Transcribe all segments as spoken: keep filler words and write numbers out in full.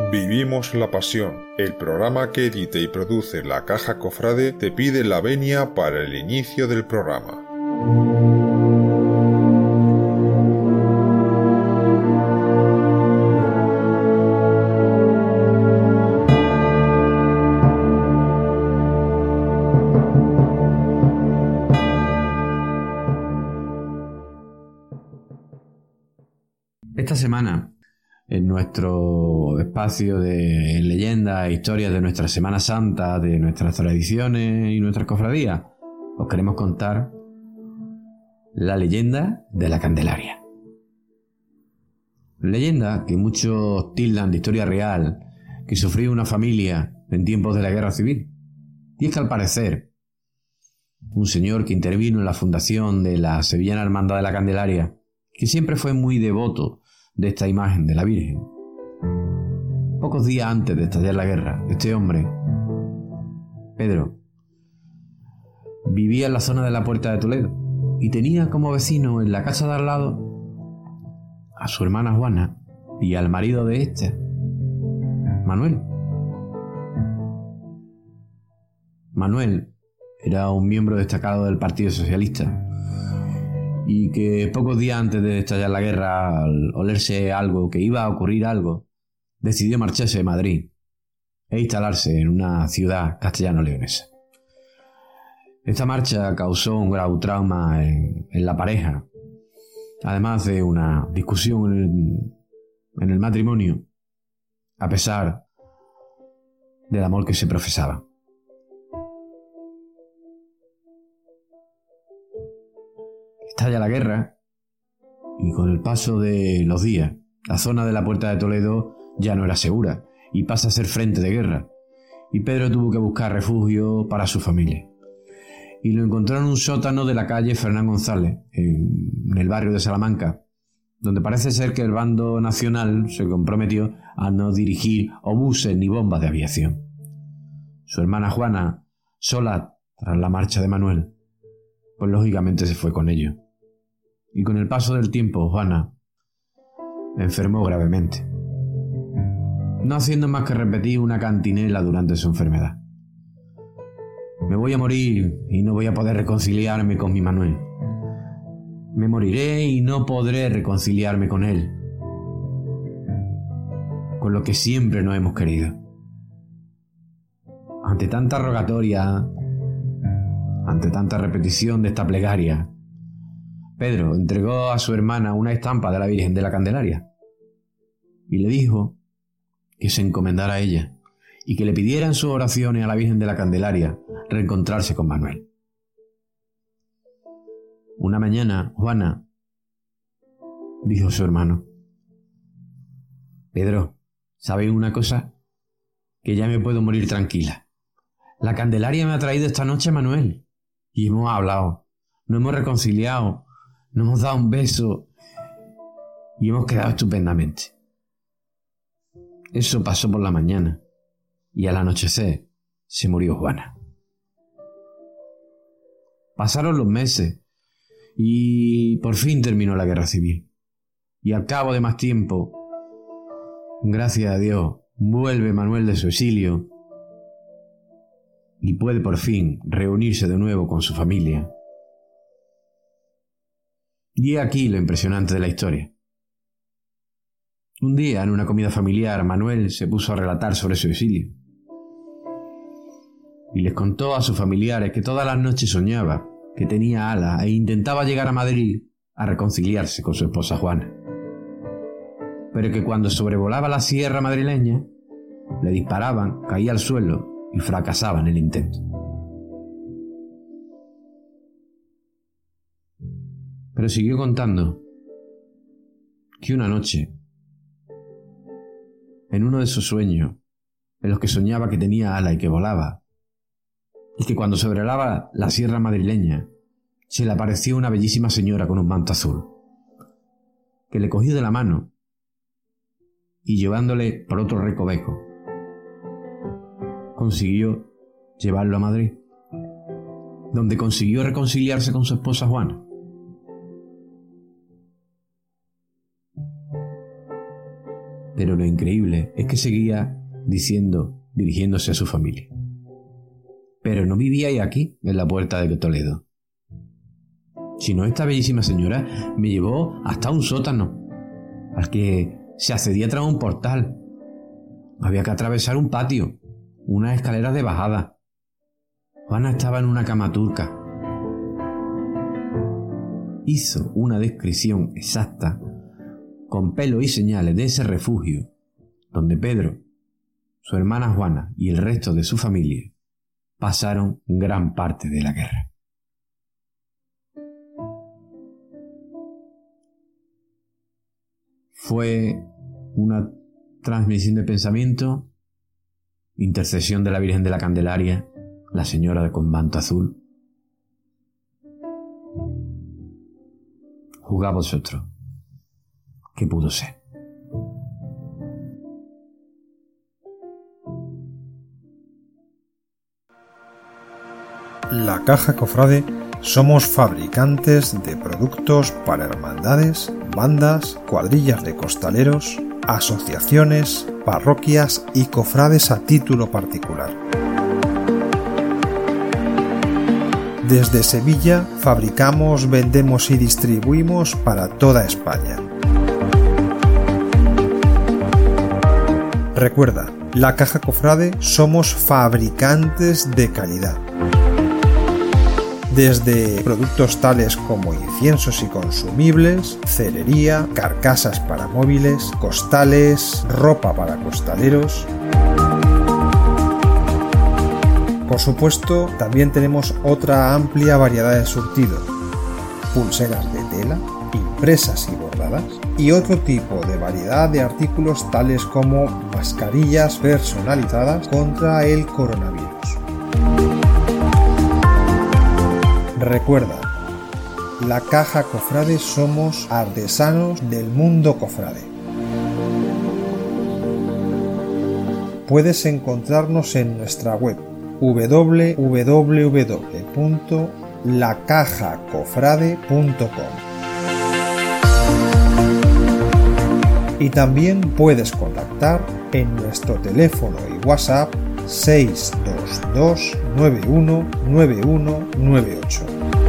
Vivimos la Pasión, el programa que edita y produce La Caja Cofrade, te pide la venia para el inicio del programa. Esta semana, en nuestro espacio de leyendas e historias de nuestra Semana Santa, de nuestras tradiciones y nuestras cofradías, os queremos contar la leyenda de la Candelaria. Leyenda que muchos tildan de historia real, que sufrió una familia en tiempos de la Guerra Civil. Y es que al parecer, un señor que intervino en la fundación de la Sevillana Hermandad de la Candelaria, que siempre fue muy devoto de esta imagen de la Virgen. Pocos días antes de estallar la guerra, este hombre, Pedro, vivía en la zona de la Puerta de Toledo y tenía como vecino en la casa de al lado a su hermana Juana y al marido de esta, Manuel. Manuel era un miembro destacado del Partido Socialista y que pocos días antes de estallar la guerra, al olerse algo, que iba a ocurrir algo, decidió marcharse de Madrid e instalarse en una ciudad castellano-leonesa. Esta marcha causó un grave trauma en, en la pareja, además de una discusión en el, en el matrimonio, a pesar del amor que se profesaba. Estalla la guerra y con el paso de los días, la zona de la Puerta de Toledo ya no era segura y pasa a ser frente de guerra, y Pedro tuvo que buscar refugio para su familia. Y lo encontró en un sótano de la calle Fernán González, en el barrio de Salamanca, donde parece ser que el bando nacional se comprometió a no dirigir obuses ni bombas de aviación. Su hermana Juana, sola tras la marcha de Manuel, pues lógicamente se fue con ellos. Y con el paso del tiempo, Juana enfermó gravemente, no haciendo más que repetir una cantinela durante su enfermedad. Me voy a morir y no voy a poder reconciliarme con mi Manuel. Me moriré y no podré reconciliarme con él, con lo que siempre nos hemos querido. Ante tanta rogatoria, ante tanta repetición de esta plegaria, Pedro entregó a su hermana una estampa de la Virgen de la Candelaria y le dijo que se encomendara a ella y que le pidiera en sus oraciones a la Virgen de la Candelaria reencontrarse con Manuel. Una mañana, Juana dijo a su hermano: Pedro, ¿sabes una cosa? Que ya me puedo morir tranquila. La Candelaria me ha traído esta noche a Manuel y hemos hablado, nos hemos reconciliado, nos hemos dado un beso y hemos quedado estupendamente. Eso pasó por la mañana y al anochecer se murió Juana. Pasaron los meses y por fin terminó la guerra civil. Y al cabo de más tiempo, gracias a Dios, vuelve Manuel de su exilio y puede por fin reunirse de nuevo con su familia. Y he aquí lo impresionante de la historia. Un día, en una comida familiar, Manuel se puso a relatar sobre su exilio. Y les contó a sus familiares que todas las noches soñaba que tenía alas e intentaba llegar a Madrid a reconciliarse con su esposa Juana. Pero que cuando sobrevolaba la sierra madrileña, le disparaban, caía al suelo y fracasaba en el intento. Pero siguió contando que una noche, en uno de esos sueños, en los que soñaba que tenía alas y que volaba, y que cuando sobrevolaba la sierra madrileña, se le apareció una bellísima señora con un manto azul, que le cogió de la mano y llevándole por otro recoveco, consiguió llevarlo a Madrid, donde consiguió reconciliarse con su esposa Juana. Pero lo increíble es que seguía diciendo, dirigiéndose a su familia: pero no vivíais aquí, en la puerta de Toledo. Si no, esta bellísima señora me llevó hasta un sótano, al que se accedía tras un portal. Había que atravesar un patio, unas escaleras de bajada. Juana estaba en una cama turca. Hizo una descripción exacta, con pelos y señales, de ese refugio, donde Pedro, su hermana Juana y el resto de su familia pasaron gran parte de la guerra. Fue una transmisión de pensamiento, intercesión de la Virgen de la Candelaria, la señora con manto azul. Juzgad vosotros qué pudo ser. La Caja Cofrade somos fabricantes de productos para hermandades, bandas, cuadrillas de costaleros, asociaciones, parroquias y cofrades a título particular. Desde Sevilla fabricamos, vendemos y distribuimos para toda España. Recuerda, La Caja Cofrade somos fabricantes de calidad. Desde productos tales como inciensos y consumibles, cerería, carcasas para móviles, costales, ropa para costaleros. Por supuesto, también tenemos otra amplia variedad de surtido: pulseras de tela, impresas y bordadas, y otro tipo de variedad de artículos tales como mascarillas personalizadas contra el coronavirus. Recuerda, La Caja Cofrade somos artesanos del mundo cofrade. Puedes encontrarnos en nuestra web doble u doble u doble u punto la caja cofrade punto com y también puedes contactar en nuestro teléfono y WhatsApp seis dos dos nueve uno nueve uno nueve ocho.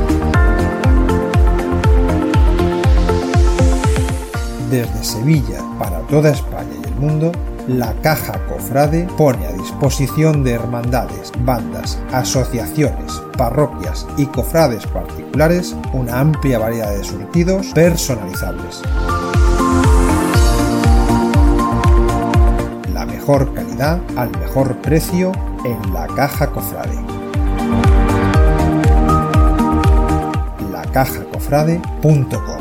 Desde Sevilla para toda España y el mundo, La Caja Cofrade pone a disposición de hermandades, bandas, asociaciones, parroquias y cofrades particulares una amplia variedad de surtidos personalizables. La mejor calidad al mejor precio en La Caja Cofrade. la caja cofrade punto com